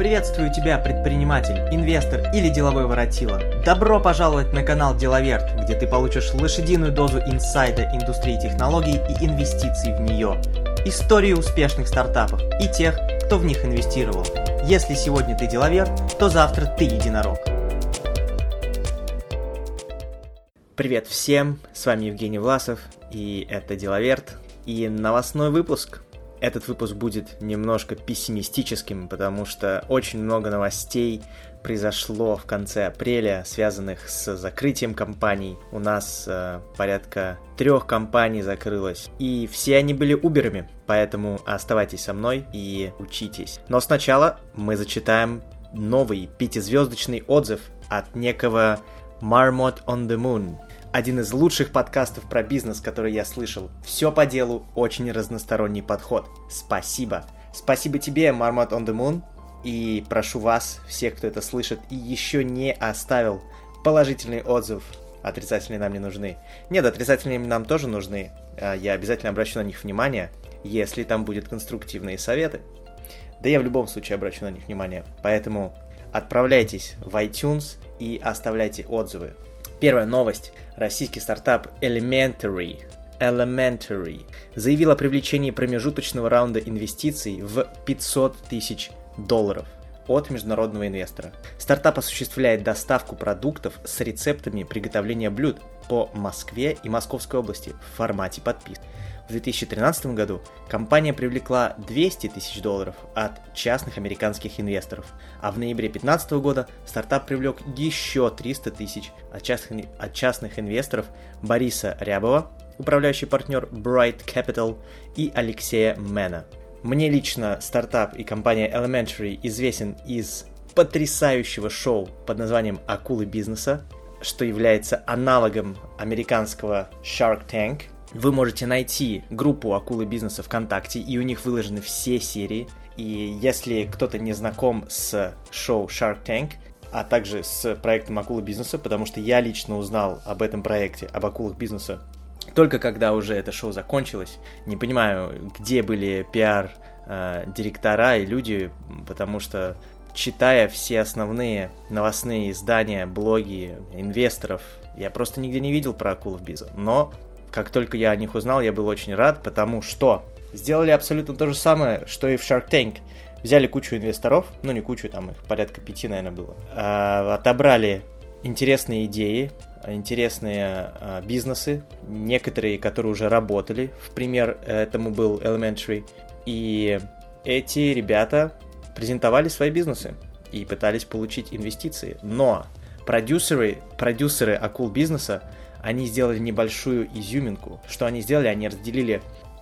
Приветствую тебя, предприниматель, инвестор или деловой воротило. Добро пожаловать на канал Деловерт, где ты получишь лошадиную дозу инсайда индустрии технологий и инвестиций в нее. Истории успешных стартапов и тех, кто в них инвестировал. Если сегодня ты деловер, то завтра ты единорог. Привет всем, с вами Евгений Власов, и это Деловерт, и новостной выпуск. Этот выпуск будет немножко пессимистическим, потому что очень много новостей произошло в конце апреля, связанных с закрытием компаний. У нас порядка 3 компаний закрылось, и все они были Уберами, поэтому оставайтесь со мной и учитесь. Но сначала мы зачитаем новый 5-звездочный отзыв от некого Marmot on the Moon. Один из лучших подкастов про бизнес, который я слышал. Все по делу, очень разносторонний подход. Спасибо. Спасибо тебе, Marmot on the Moon. И прошу вас, всех, кто это слышит и еще не оставил положительный отзыв. Отрицательные нам не нужны. Нет, отрицательные нам тоже нужны. Я обязательно обращу на них внимание, если там будут конструктивные советы. Да я в любом случае обращу на них внимание. Поэтому отправляйтесь в iTunes и оставляйте отзывы. Первая новость. Российский стартап Elementary заявил о привлечении промежуточного раунда инвестиций в $500 тысяч от международного инвестора. Стартап осуществляет доставку продуктов с рецептами приготовления блюд по Москве и Московской области в формате подписки. В 2013 году компания привлекла $200 тысяч от частных американских инвесторов, а в ноябре 2015 года стартап привлек еще 300 тысяч от частных инвесторов Бориса Рябова, управляющий партнер Bright Capital, и Алексея Мэна. Мне лично стартап и компания Elementary известен из потрясающего шоу под названием «Акулы бизнеса», что является аналогом американского Shark Tank. Вы можете найти группу «Акулы бизнеса» ВКонтакте, и у них выложены все серии. И если кто-то не знаком с шоу Shark Tank, а также с проектом «Акулы бизнеса», потому что я лично узнал об этом проекте, об акулах бизнеса, только когда уже это шоу закончилось. Не понимаю, где были пиар-директора и люди, потому что, читая все основные новостные издания, блоги инвесторов, я просто нигде не видел про акулов бизнеса. Но как только я о них узнал, я был очень рад, потому что сделали абсолютно то же самое, что и в Shark Tank. Взяли кучу инвесторов, ну не кучу, там их порядка 5, наверное, было. Отобрали интересные идеи, интересные бизнесы, некоторые, которые уже работали. В пример этому был Elementary. И эти ребята презентовали свои бизнесы и пытались получить инвестиции. Но продюсеры акул бизнеса, они сделали небольшую изюминку. Что они сделали? Они разделили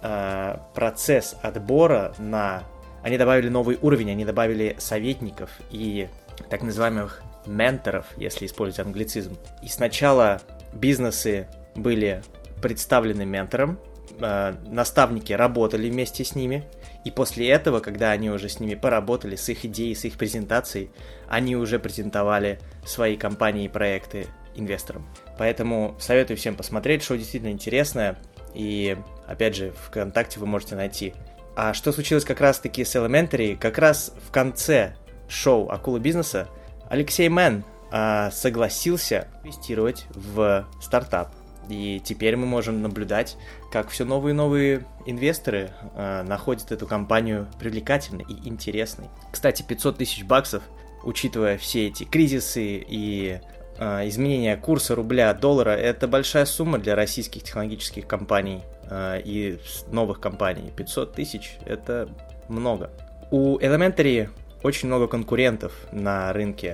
процесс отбора на... Они добавили новый уровень, они добавили советников и так называемых менторов, если использовать англицизм. И сначала бизнесы были представлены ментором, наставники работали вместе с ними, и после этого, когда они уже с ними поработали, с их идеей, с их презентацией, они уже презентовали свои компании и проекты инвесторам. Поэтому советую всем посмотреть, шоу действительно интересное, и опять же ВКонтакте вы можете найти. А что случилось как раз-таки с Elementary? Как раз в конце шоу «Акулы бизнеса» Алексей Мэн согласился инвестировать в стартап. И теперь мы можем наблюдать, как все новые и новые инвесторы находят эту компанию привлекательной и интересной. Кстати, $500 тысяч, учитывая все эти кризисы и изменение курса рубля-доллара, это большая сумма для российских технологических компаний и новых компаний. 500 тысяч – это много. У Elementary очень много конкурентов на рынке.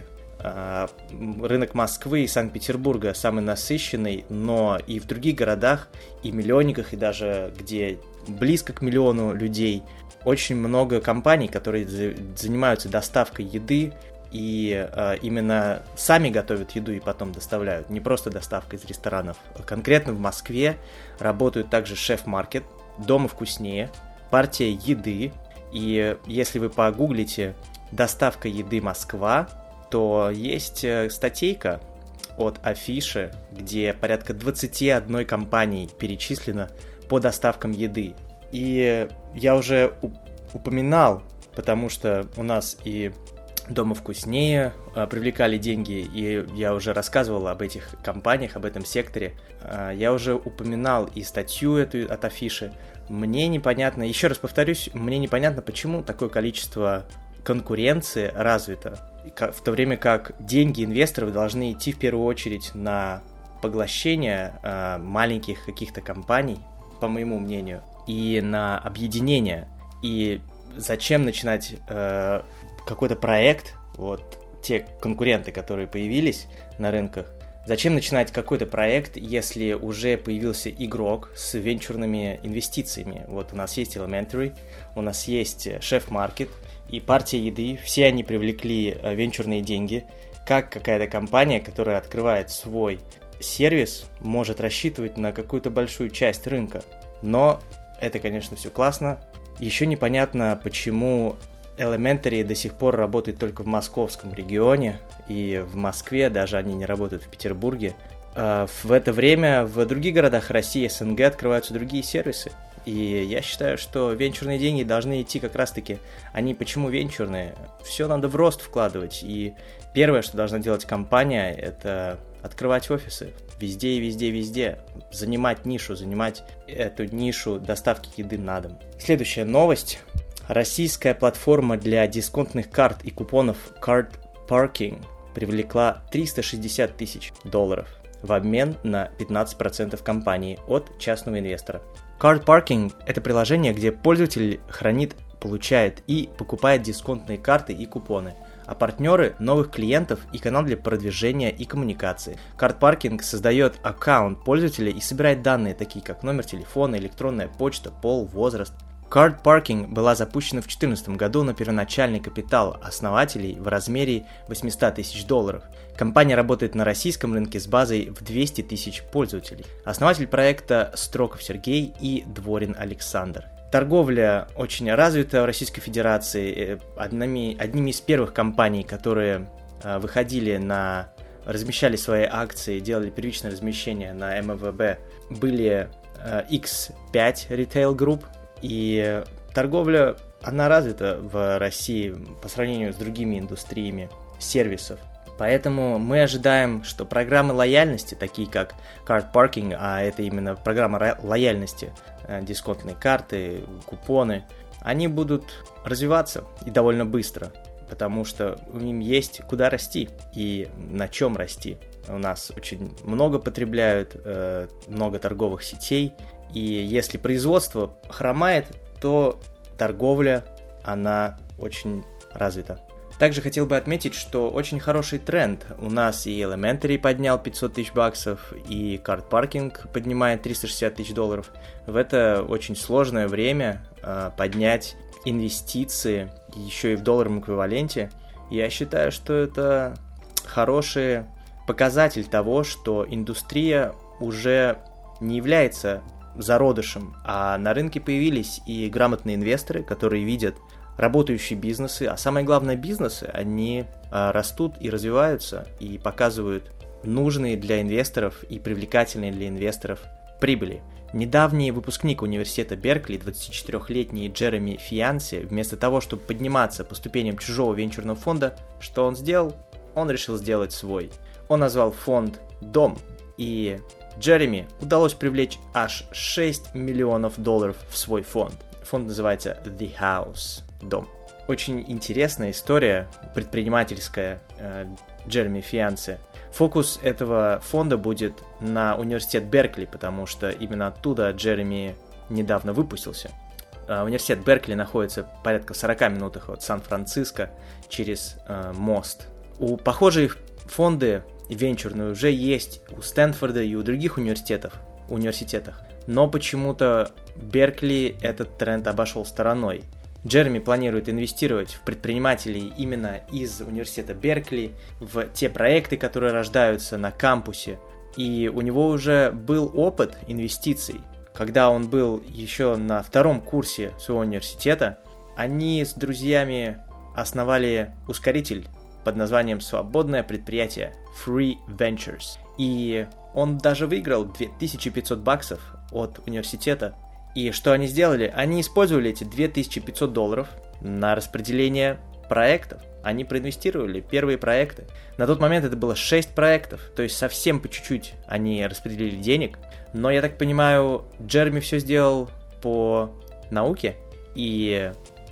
Рынок Москвы и Санкт-Петербурга самый насыщенный, но и в других городах, и миллионниках, и даже где близко к миллиону людей, очень много компаний, которые занимаются доставкой еды, и именно сами готовят еду и потом доставляют, не просто доставка из ресторанов. Конкретно в Москве работают также Шеф-маркет, Дома вкуснее, Партия еды, и если вы погуглите «доставка еды Москва», то есть статейка от Афиши, где порядка 21 компаний перечислено по доставкам еды. И я уже упоминал, потому что у нас и Дома вкуснее привлекали деньги, и я уже рассказывал об этих компаниях, об этом секторе. Я уже упоминал и статью эту от Афиши. Мне непонятно, еще раз повторюсь, мне непонятно, почему такое количество конкуренции развито, в то время как деньги инвесторов должны идти в первую очередь на поглощение маленьких каких-то компаний, по моему мнению, и на объединение. И зачем начинать какой-то проект, вот те конкуренты, которые появились на рынках, зачем начинать какой-то проект, если уже появился игрок с венчурными инвестициями? Вот у нас есть Elementary, у нас есть Chef Market и Партия еды, все они привлекли венчурные деньги. Как какая-то компания, которая открывает свой сервис, может рассчитывать на какую-то большую часть рынка? Но это, конечно, все классно. Еще непонятно, почему Elementary до сих пор работает только в московском регионе, и в Москве, даже они не работают в Петербурге. В это время в других городах России, СНГ открываются другие сервисы. И я считаю, что венчурные деньги должны идти как раз-таки, они почему венчурные? Все надо в рост вкладывать, и первое, что должна делать компания, это открывать офисы везде и везде, везде, занимать эту нишу доставки еды на дом. Следующая новость. Российская платформа для дисконтных карт и купонов Card Parking привлекла $360 тысяч в обмен на 15% компании от частного инвестора. Card Parking – это приложение, где пользователь хранит, получает и покупает дисконтные карты и купоны, а партнеры – новых клиентов и канал для продвижения и коммуникации. Card Parking создает аккаунт пользователя и собирает данные, такие как номер телефона, электронная почта, пол, возраст. Card Parking была запущена в 2014 году на первоначальный капитал основателей в размере $800 тысяч. Компания работает на российском рынке с базой в 200 тысяч пользователей. Основатель проекта Строков Сергей и Дворин Александр. Торговля очень развита в Российской Федерации. Одними из первых компаний, которые размещали свои акции, делали первичное размещение на МВБ, были X5 Retail Group. И торговля, она развита в России по сравнению с другими индустриями сервисов. Поэтому мы ожидаем, что программы лояльности, такие как Card Parking, а это именно программа лояльности, дисконтные карты, купоны, они будут развиваться и довольно быстро, потому что у них есть куда расти и на чем расти. У нас очень много потребляют, много торговых сетей, и если производство хромает, то торговля, она очень развита. Также хотел бы отметить, что очень хороший тренд. У нас и Elementary поднял $500 тысяч, и Card Parking поднимает $360 тысяч. В это очень сложное время поднять инвестиции, еще и в долларовом эквиваленте. Я считаю, что это хороший показатель того, что индустрия уже не является зародышем, а на рынке появились и грамотные инвесторы, которые видят работающие бизнесы, а самое главное бизнесы, они растут и развиваются и показывают нужные для инвесторов и привлекательные для инвесторов прибыли. Недавний выпускник университета Беркли, 24-летний Джереми Фианси, вместо того, чтобы подниматься по ступеням чужого венчурного фонда, что он сделал? Он решил сделать свой. Он назвал фонд «Дом», и Джереми удалось привлечь аж $6 миллионов в свой фонд. Фонд называется The House, дом. Очень интересная история, предпринимательская Джереми Фианси. Фокус этого фонда будет на университет Беркли, потому что именно оттуда Джереми недавно выпустился. Университет Беркли находится порядка в 40 минутах от Сан-Франциско через мост. Похожие фонды венчурные уже есть у Стэнфорда и у других университетах, но почему-то Беркли этот тренд обошел стороной. Джереми планирует инвестировать в предпринимателей именно из университета Беркли, в те проекты, которые рождаются на кампусе. И у него уже был опыт инвестиций. Когда он был еще на втором курсе своего университета, они с друзьями основали ускоритель под названием «Свободное предприятие» Free Ventures. И он даже выиграл $2500 от университета. И что они сделали? Они использовали эти $2500 на распределение проектов. они проинвестировали первые проекты. На тот момент это было 6 проектов, то есть совсем по чуть-чуть они распределили денег. Но, я так понимаю, Джереми все сделал по науке и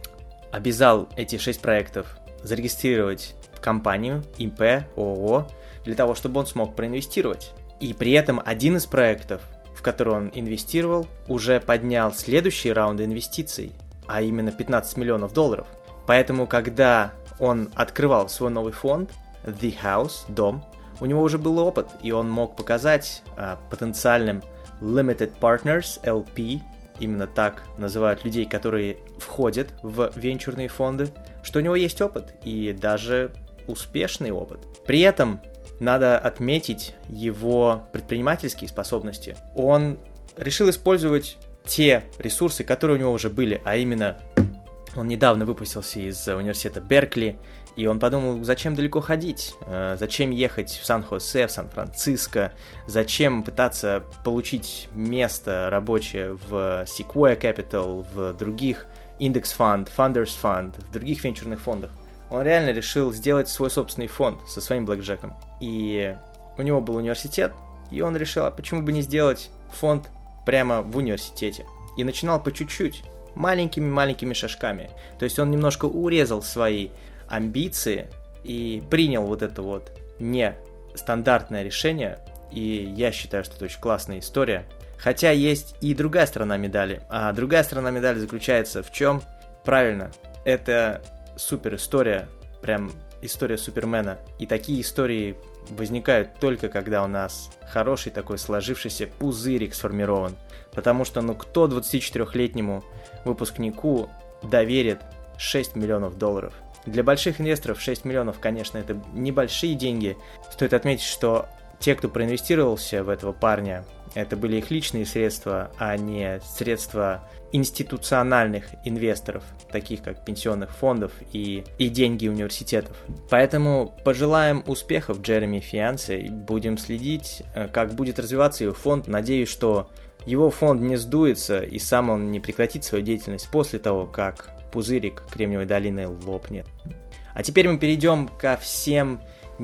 обязал эти 6 проектов зарегистрировать в компанию, ИП, ООО, для того, чтобы он смог проинвестировать. И при этом один из проектов, в который он инвестировал, уже поднял следующий раунд инвестиций, а именно $15 миллионов. Поэтому, когда он открывал свой новый фонд, The House, дом, у него уже был опыт, и он мог показать потенциальным Limited Partners, LP, именно так называют людей, которые входят в венчурные фонды, что у него есть опыт, и даже успешный опыт. При этом надо отметить его предпринимательские способности. Он решил использовать те ресурсы, которые у него уже были, а именно он недавно выпустился из университета Беркли, и он подумал, зачем далеко ходить, зачем ехать в Сан-Хосе, в Сан-Франциско, зачем пытаться получить место рабочее в Sequoia Capital, в других Index Fund, Funders Fund, в других венчурных фондах. Он реально решил сделать свой собственный фонд со своим блэкджеком. И у него был университет, и он решил, а почему бы не сделать фонд прямо в университете. И начинал по чуть-чуть, маленькими-маленькими шажками. То есть он немножко урезал свои амбиции и принял вот это вот нестандартное решение. И я считаю, что это очень классная история. Хотя есть и другая сторона медали. А другая сторона медали заключается в чем? Правильно, это супер история, прям история Супермена. И такие истории возникают только когда у нас хороший такой сложившийся пузырик сформирован. Потому что, кто 24-летнему выпускнику доверит $6 миллионов? Для больших инвесторов 6 миллионов, конечно, это небольшие деньги. Стоит отметить, что те, кто проинвестировался в этого парня, это были их личные средства, а не средства институциональных инвесторов, таких как пенсионных фондов и деньги университетов. Поэтому пожелаем успехов Джереми Фиансе и будем следить, как будет развиваться его фонд. Надеюсь, что его фонд не сдуется и сам он не прекратит свою деятельность после того, как пузырик Кремниевой долины лопнет. А теперь мы перейдем ко всем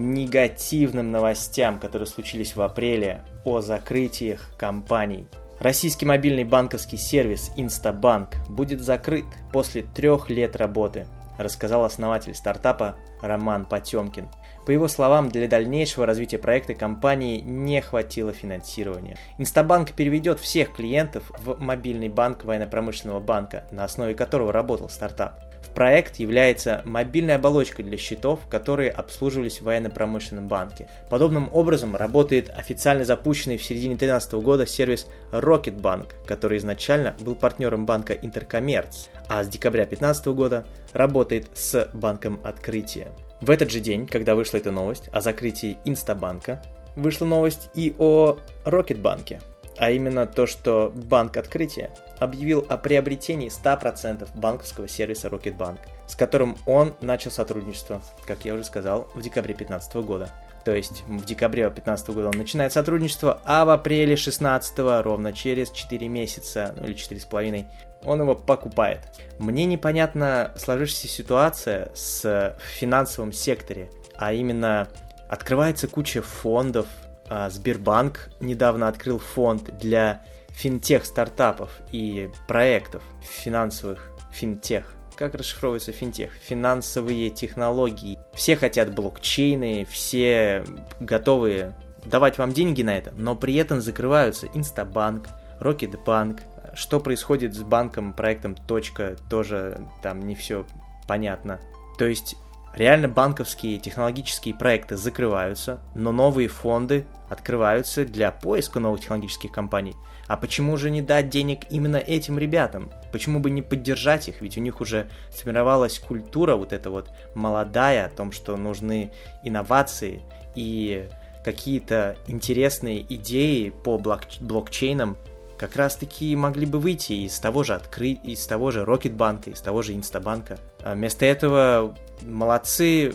негативным новостям, которые случились в апреле о закрытиях компаний. Российский мобильный банковский сервис Инстабанк будет закрыт после 3 лет работы, рассказал основатель стартапа Роман Потемкин. По его словам, для дальнейшего развития проекта компании не хватило финансирования. Инстабанк переведет всех клиентов в мобильный банк военно-промышленного банка, на основе которого работал стартап. Проект является мобильной оболочкой для счетов, которые обслуживались в военно-промышленном банке. Подобным образом работает официально запущенный в середине 2013 года сервис Рокетбанк, который изначально был партнером банка Интеркоммерц, а с декабря 2015 года работает с банком Открытие. В этот же день, когда вышла эта новость о закрытии Инстабанка, вышла новость и о Рокетбанке. А именно то, что банк Открытие объявил о приобретении 100% банковского сервиса Рокетбанк, с которым он начал сотрудничество, как я уже сказал, в декабре 2015 года. То есть в декабре 2015 года он начинает сотрудничество, а в апреле 2016, ровно через 4 месяца, или 4,5, он его покупает. Мне непонятна сложившаяся ситуация в финансовом секторе, а именно открывается куча фондов. Сбербанк недавно открыл фонд для финтех-стартапов и проектов финансовых финтех. Как расшифровывается финтех? Финансовые технологии. Все хотят блокчейны, все готовы давать вам деньги на это, но при этом закрываются Инстабанк, Рокетбанк. Что происходит с банком, проектом Точка, тоже там не все понятно. То есть реально банковские технологические проекты закрываются, но новые фонды открываются для поиска новых технологических компаний. А почему же не дать денег именно этим ребятам? Почему бы не поддержать их? Ведь у них уже сформировалась культура вот эта вот молодая, о том, что нужны инновации и какие-то интересные идеи по блокчейнам как раз-таки могли бы выйти из того же Рокетбанка, из того же Инстабанка. А вместо этого молодец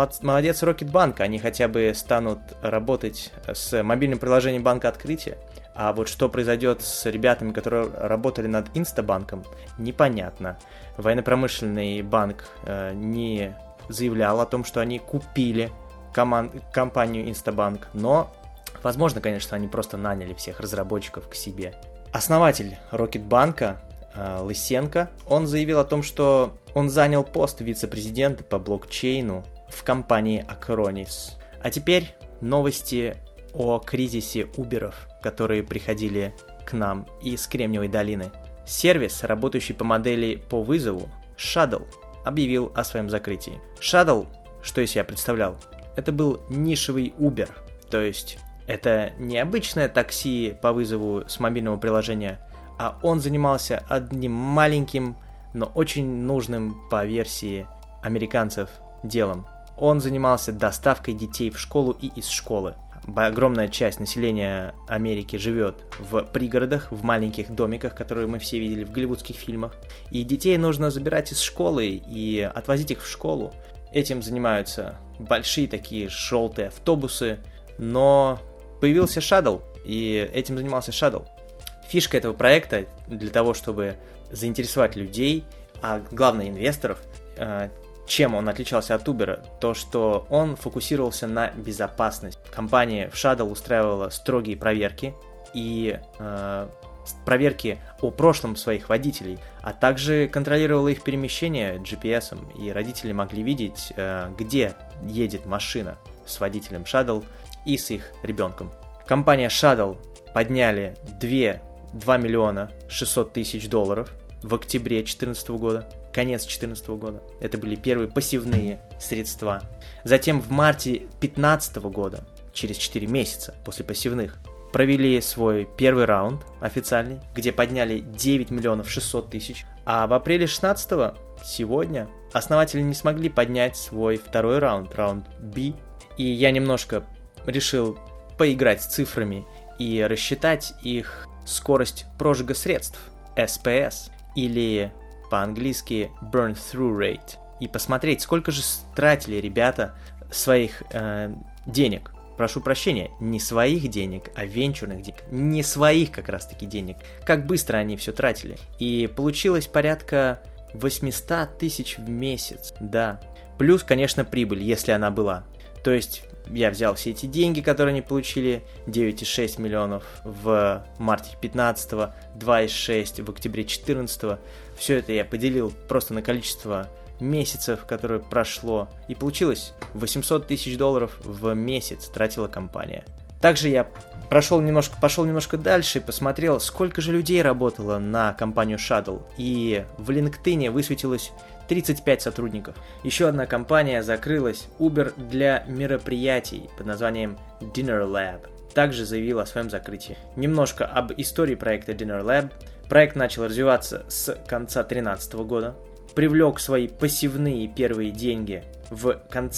Рокетбанк, они хотя бы станут работать с мобильным приложением банка Открытие. А вот что произойдет с ребятами, которые работали над Инстабанком, непонятно. Военно-промышленный банк не заявлял о том, что они купили компанию Instabank, но, возможно, конечно, они просто наняли всех разработчиков к себе. Основатель Рокетбанка Лысенко, он заявил о том, что он занял пост вице-президента по блокчейну в компании Acronis. А теперь новости о кризисе Уберов, которые приходили к нам из Кремниевой долины. Сервис, работающий по модели по вызову, Shuttle, объявил о своем закрытии. Shuttle, что из себя представлял? Это был нишевый Uber, то есть это не обычное такси по вызову с мобильного приложения, а он занимался одним маленьким, но очень нужным по версии американцев делом. Он занимался доставкой детей в школу и из школы. Огромная часть населения Америки живет в пригородах, в маленьких домиках, которые мы все видели в голливудских фильмах. И детей нужно забирать из школы и отвозить их в школу. Этим занимаются большие такие желтые автобусы, но появился Shuttle, и этим занимался Shuttle. Фишка этого проекта для того, чтобы заинтересовать людей, а главное инвесторов, чем он отличался от Uber, то что он фокусировался на безопасности. Компания в Shuttle устраивала строгие проверки и проверки о прошлом своих водителей, а также контролировала их перемещение GPS, и родители могли видеть, где едет машина с водителем Shuttle и с их ребенком. Компания Shuttle подняли 2 миллиона 600 тысяч долларов в октябре 2014 года, конец 2014 года. Это были первые пассивные средства. Затем в марте 2015 года, через 4 месяца после пассивных, провели свой первый раунд официальный, где подняли 9 миллионов 600 тысяч. А в апреле 2016, сегодня, основатели не смогли поднять свой второй раунд, раунд B. И я немножко решил поиграть с цифрами и рассчитать их скорость прожига средств, SPS, или по-английски Burn Through Rate, и посмотреть, сколько же тратили ребята своих денег. Прошу прощения, не своих денег, а венчурных денег. Не своих как раз таки денег. Как быстро они все тратили. И получилось порядка 800 тысяч в месяц. Да. Плюс, конечно, прибыль, если она была. То есть я взял все эти деньги, которые они получили, 9,6 миллионов в марте 15, 2,6 в октябре 14. Все это я поделил просто на количество месяцев, которое прошло, и получилось 800 тысяч долларов в месяц тратила компания. Также я пошел немножко дальше и посмотрел, сколько же людей работало на компанию Shuttle, и в LinkedIn высветилось 35 сотрудников. Еще одна компания закрылась, Uber для мероприятий под названием Dinner Lab, также заявила о своем закрытии. Немножко об истории проекта Dinner Lab. Проект начал развиваться с конца 2013 года, привлек свои пассивные первые деньги в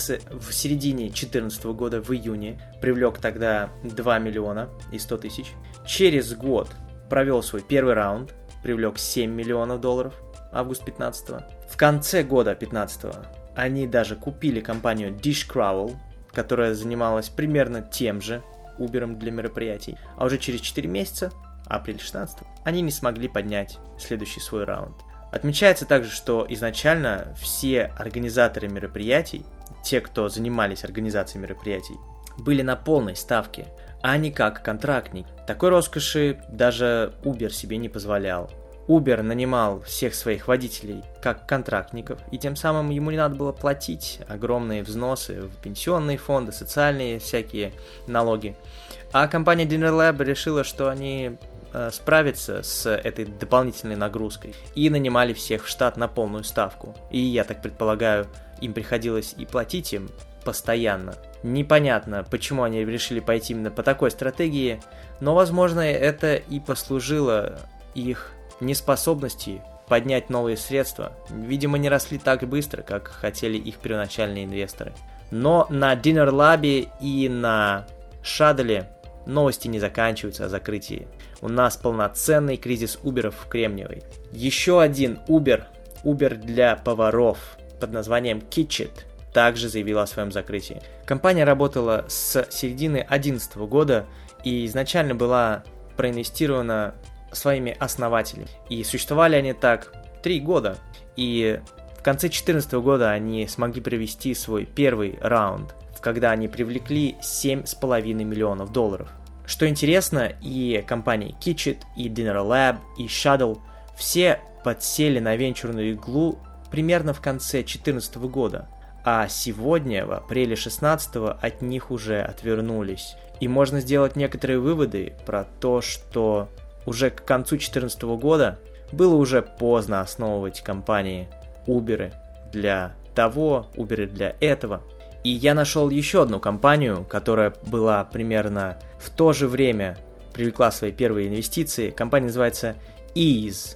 середине 2014 года, в июне, привлек тогда 2 миллиона и 100 тысяч. Через год провел свой первый раунд, привлек 7 миллионов долларов, август 15. В конце года 15 они даже купили компанию Dishcrawl, которая занималась примерно тем же Uber'ом для мероприятий. А уже через 4 месяца, апрель 16, они не смогли поднять следующий свой раунд. Отмечается также, что изначально все организаторы мероприятий, те, кто занимались организацией мероприятий, были на полной ставке, а не как контрактник. Такой роскоши даже Uber себе не позволял. Uber нанимал всех своих водителей как контрактников, и тем самым ему не надо было платить огромные взносы в пенсионные фонды, социальные всякие налоги. А компания Dinner Lab решила, что они справиться с этой дополнительной нагрузкой, и нанимали всех в штат на полную ставку. И я так предполагаю, им приходилось и платить им постоянно. Непонятно, почему они решили пойти именно по такой стратегии, но, возможно, это и послужило их неспособности поднять новые средства. Видимо, не росли так быстро, как хотели их первоначальные инвесторы. Но на Dinner Lab и на Shuttle новости не заканчиваются о закрытии. У нас полноценный кризис Uber'ов в Кремниевой. Еще один Uber для поваров под названием Kitchit, также заявила о своем закрытии. Компания работала с середины 2011 года и изначально была проинвестирована своими основателями. И существовали они так 3 года. И В конце 2014 года они смогли провести свой первый раунд, когда они привлекли $7,5 миллионов. Что интересно, и компании Kitchit, и Dinner Lab, и Shuttle все подсели на венчурную иглу примерно в конце 2014 года, а сегодня, в апреле 2016, от них уже отвернулись. И можно сделать некоторые выводы про то, что уже к концу 2014 года было уже поздно основывать компании Uber для того, Uber для этого. И я нашел еще одну компанию, которая была примерно в то же время привлекла свои первые инвестиции. Компания называется Eaze.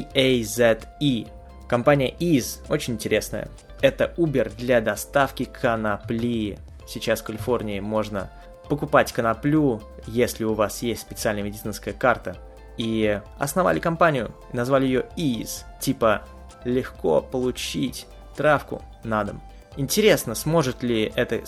E-A-Z-E. Компания Eaze очень интересная. Это Uber для доставки конопли. Сейчас в Калифорнии можно покупать коноплю, если у вас есть специальная медицинская карта. И основали компанию, назвали ее Eaze. Типа легко получить травку на дом. Интересно, сможет ли этот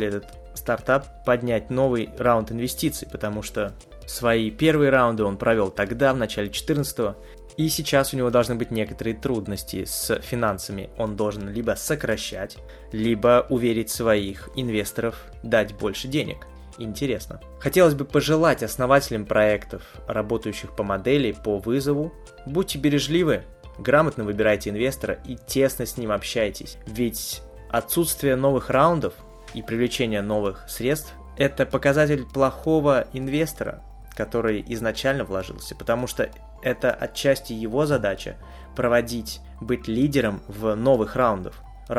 стартап поднять новый раунд инвестиций, потому что свои первые раунды он провел тогда, в начале 2014-го, и сейчас у него должны быть некоторые трудности с финансами. Он должен либо сокращать, либо уверить своих инвесторов дать больше денег. Интересно. Хотелось бы пожелать основателям проектов, работающих по модели, по вызову, будьте бережливы, грамотно выбирайте инвестора и тесно с ним общайтесь, ведь отсутствие новых раундов и привлечение новых средств – это показатель плохого инвестора, который изначально вложился, потому что это отчасти его задача проводить, быть лидером в новых раундах,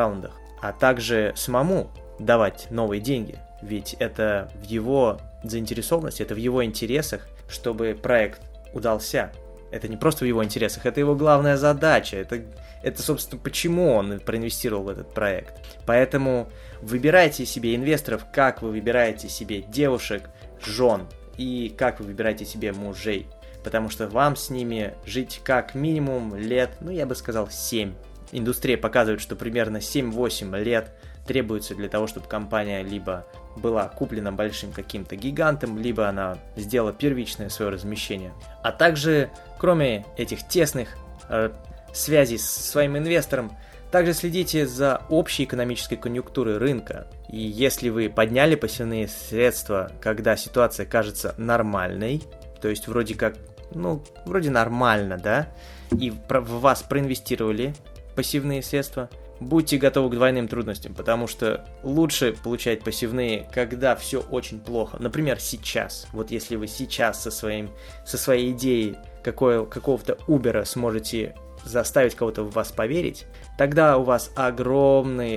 а также самому давать новые деньги, ведь это в его заинтересованности, это в его интересах, чтобы проект удался. Это не просто в его интересах, это его главная задача, это, собственно, почему он проинвестировал в этот проект. Поэтому выбирайте себе инвесторов, как вы выбираете себе девушек, жен и как вы выбираете себе мужей. Потому что вам с ними жить как минимум лет, я бы сказал 7. Индустрия показывает, что примерно 7-8 лет требуется для того, чтобы компания либо была куплена большим каким-то гигантом, либо она сделала первичное свое размещение. А также, кроме этих тесных связей с своим инвестором, также следите за общей экономической конъюнктурой рынка. И если вы подняли пассивные средства, когда ситуация кажется нормальной, то есть вроде нормально, да, и в вас проинвестировали пассивные средства, будьте готовы к двойным трудностям, потому что лучше получать пассивные, когда все очень плохо. Например, сейчас. Вот если вы сейчас со своей идеей какого-то Uber сможете заставить кого-то в вас поверить, тогда у вас огромный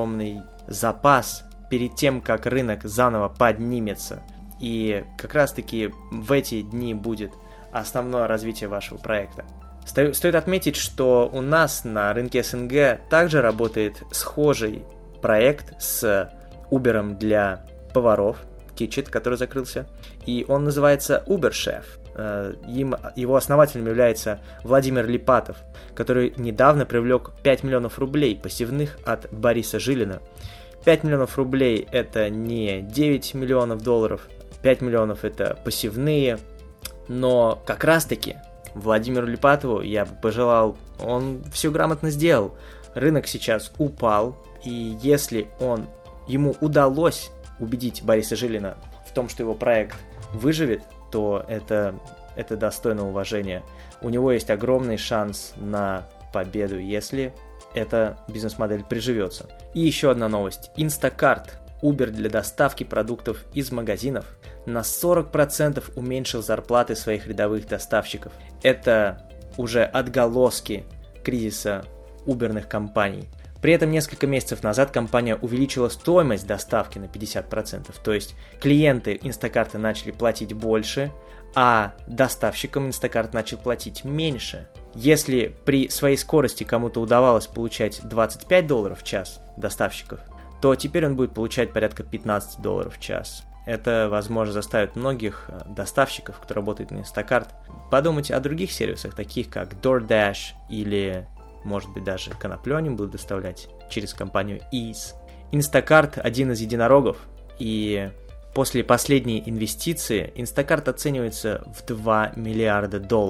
запас перед тем, как рынок заново поднимется. И как раз-таки в эти дни будет основное развитие вашего проекта. Стоит отметить, что у нас на рынке СНГ также работает схожий проект с Uber для поваров, Kitchit, который закрылся, и он называется Uber Chef. Его основателем является Владимир Липатов, который недавно привлек 5 миллионов рублей пассивных от Бориса Жилина. 5 миллионов рублей – это не 9 миллионов долларов, 5 миллионов – это пассивные, но как раз-таки Владимиру Липатову я бы пожелал, он все грамотно сделал. Рынок сейчас упал, и если ему удалось убедить Бориса Жилина в том, что его проект выживет, то это достойно уважения. У него есть огромный шанс на победу, если эта бизнес-модель приживется. И еще одна новость. Instacart, Uber для доставки продуктов из магазинов, на 40% уменьшил зарплаты своих рядовых доставщиков. Это уже отголоски кризиса уберных компаний. При этом несколько месяцев назад компания увеличила стоимость доставки на 50%, то есть клиенты Instacart начали платить больше, а доставщикам Instacart начал платить меньше. Если при своей скорости кому-то удавалось получать $25 в час доставщиков, то теперь он будет получать порядка $15 в час. Это, возможно, заставит многих доставщиков, кто работает на Instacart, подумать о других сервисах, таких как DoorDash или, может быть, даже коноплю они будут доставлять через компанию Eaze. Instacart – один из единорогов, и после последней инвестиции Instacart оценивается в $2 миллиарда.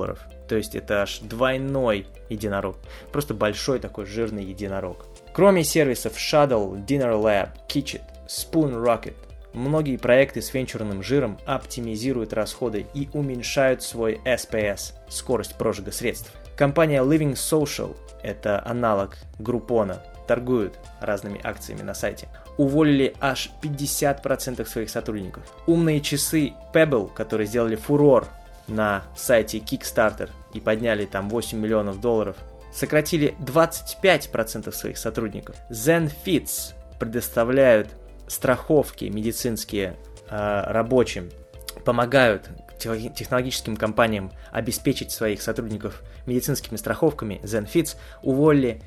То есть это аж двойной единорог. Просто большой такой жирный единорог. Кроме сервисов Shuttle, Dinner Lab, Kitchit, Spoon Rocket, многие проекты с венчурным жиром оптимизируют расходы и уменьшают свой SPS, скорость прожига средств. Компания Living Social, это аналог Groupon, торгуют разными акциями на сайте, уволили аж 50% своих сотрудников. Умные часы Pebble, которые сделали фурор на сайте Kickstarter и подняли там $8 миллионов, сократили 25% своих сотрудников. ZenFits предоставляют страховки медицинские рабочим, помогают технологическим компаниям обеспечить своих сотрудников медицинскими страховками. ZenFits уволили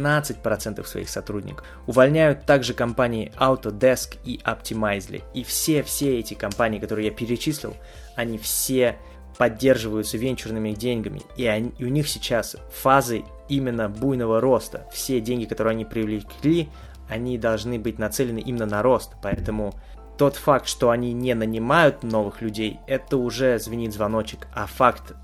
17% своих сотрудников. Увольняют также компании Autodesk и Optimizely. И все эти компании, которые я перечислил, они все поддерживаются венчурными деньгами, и у них сейчас фазы именно буйного роста. Все деньги, которые они привлекли, они должны быть нацелены именно на рост, поэтому тот факт, что они не нанимают новых людей, это уже звенит звоночек, а факт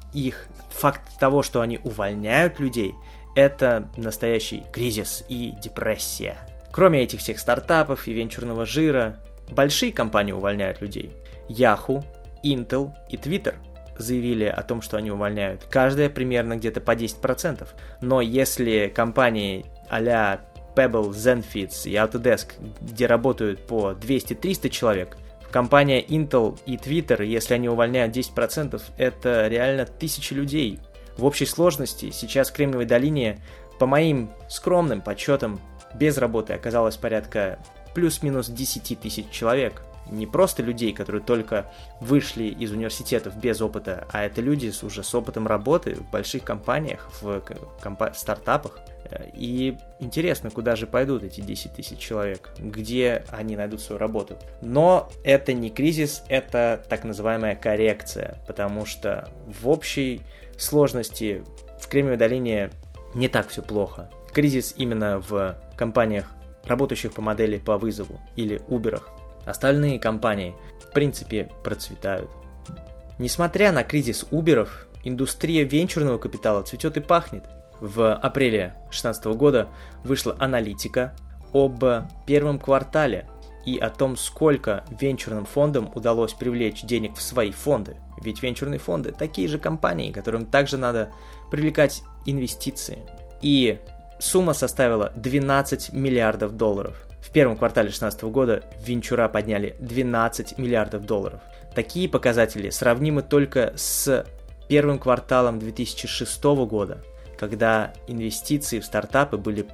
того, что они увольняют людей, это настоящий кризис и депрессия. Кроме этих всех стартапов и венчурного жира, большие компании увольняют людей. Yahoo, Intel и Twitter заявили о том, что они увольняют. Каждая примерно где-то по 10%. Но если компании а-ля Pebble, ZenFits и Autodesk, где работают по 200-300 человек, компания Intel и Twitter, если они увольняют 10%, это реально 1000 людей. В общей сложности сейчас в Кремниевой долине, по моим скромным подсчетам, без работы оказалось порядка плюс-минус 10 тысяч человек. Не просто людей, которые только вышли из университетов без опыта, а это люди уже с опытом работы в больших компаниях, в стартапах. И интересно, куда же пойдут эти 10 тысяч человек, где они найдут свою работу. Но это не кризис, это так называемая коррекция, потому что в общей сложности в Кремниевой долине не так все плохо. Кризис именно в компаниях, работающих по модели по вызову или Уберах. Остальные компании, в принципе, процветают. Несмотря на кризис Уберов, индустрия венчурного капитала цветет и пахнет. В апреле 2016 года вышла аналитика об первом квартале и о том, сколько венчурным фондам удалось привлечь денег в свои фонды. Ведь венчурные фонды такие же компании, которым также надо привлекать инвестиции. И сумма составила $12 миллиардов. В первом квартале 2016 года венчура подняли $12 миллиардов. Такие показатели сравнимы только с первым кварталом 2006 года, когда для инвестиций в стартапы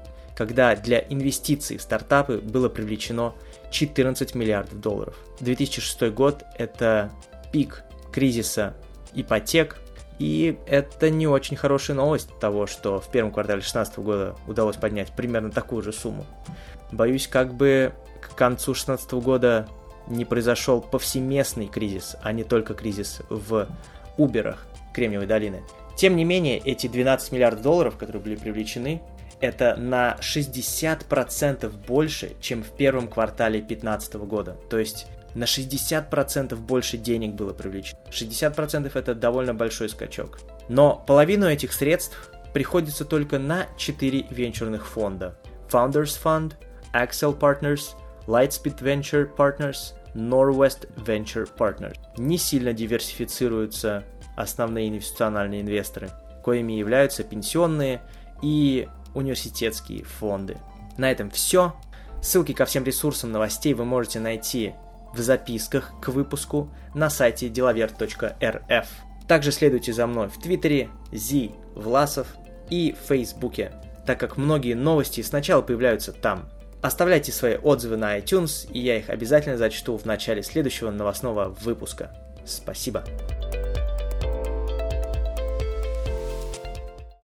было привлечено $14 миллиардов. 2006 год – это пик кризиса ипотек, и это не очень хорошая новость того, что в первом квартале 2016 года удалось поднять примерно такую же сумму. Боюсь, как бы к концу 2016 года не произошел повсеместный кризис, а не только кризис в Уберах Кремниевой долины. Тем не менее, эти $12 миллиардов, которые были привлечены, это на 60% больше, чем в первом квартале 2015 года. То есть на 60% больше денег было привлечено. 60% это довольно большой скачок. Но половину этих средств приходится только на 4 венчурных фонда. Founders Fund, Accel Partners, Lightspeed Venture Partners, Norwest Venture Partners. Не сильно диверсифицируются основные инвестиционные инвесторы, коими являются пенсионные и университетские фонды. На этом все. Ссылки ко всем ресурсам новостей вы можете найти в записках к выпуску на сайте delover.rf. Также следуйте за мной в Твиттере, Власов и в Фейсбуке, так как многие новости сначала появляются там. Оставляйте свои отзывы на iTunes, и я их обязательно зачту в начале следующего новостного выпуска. Спасибо.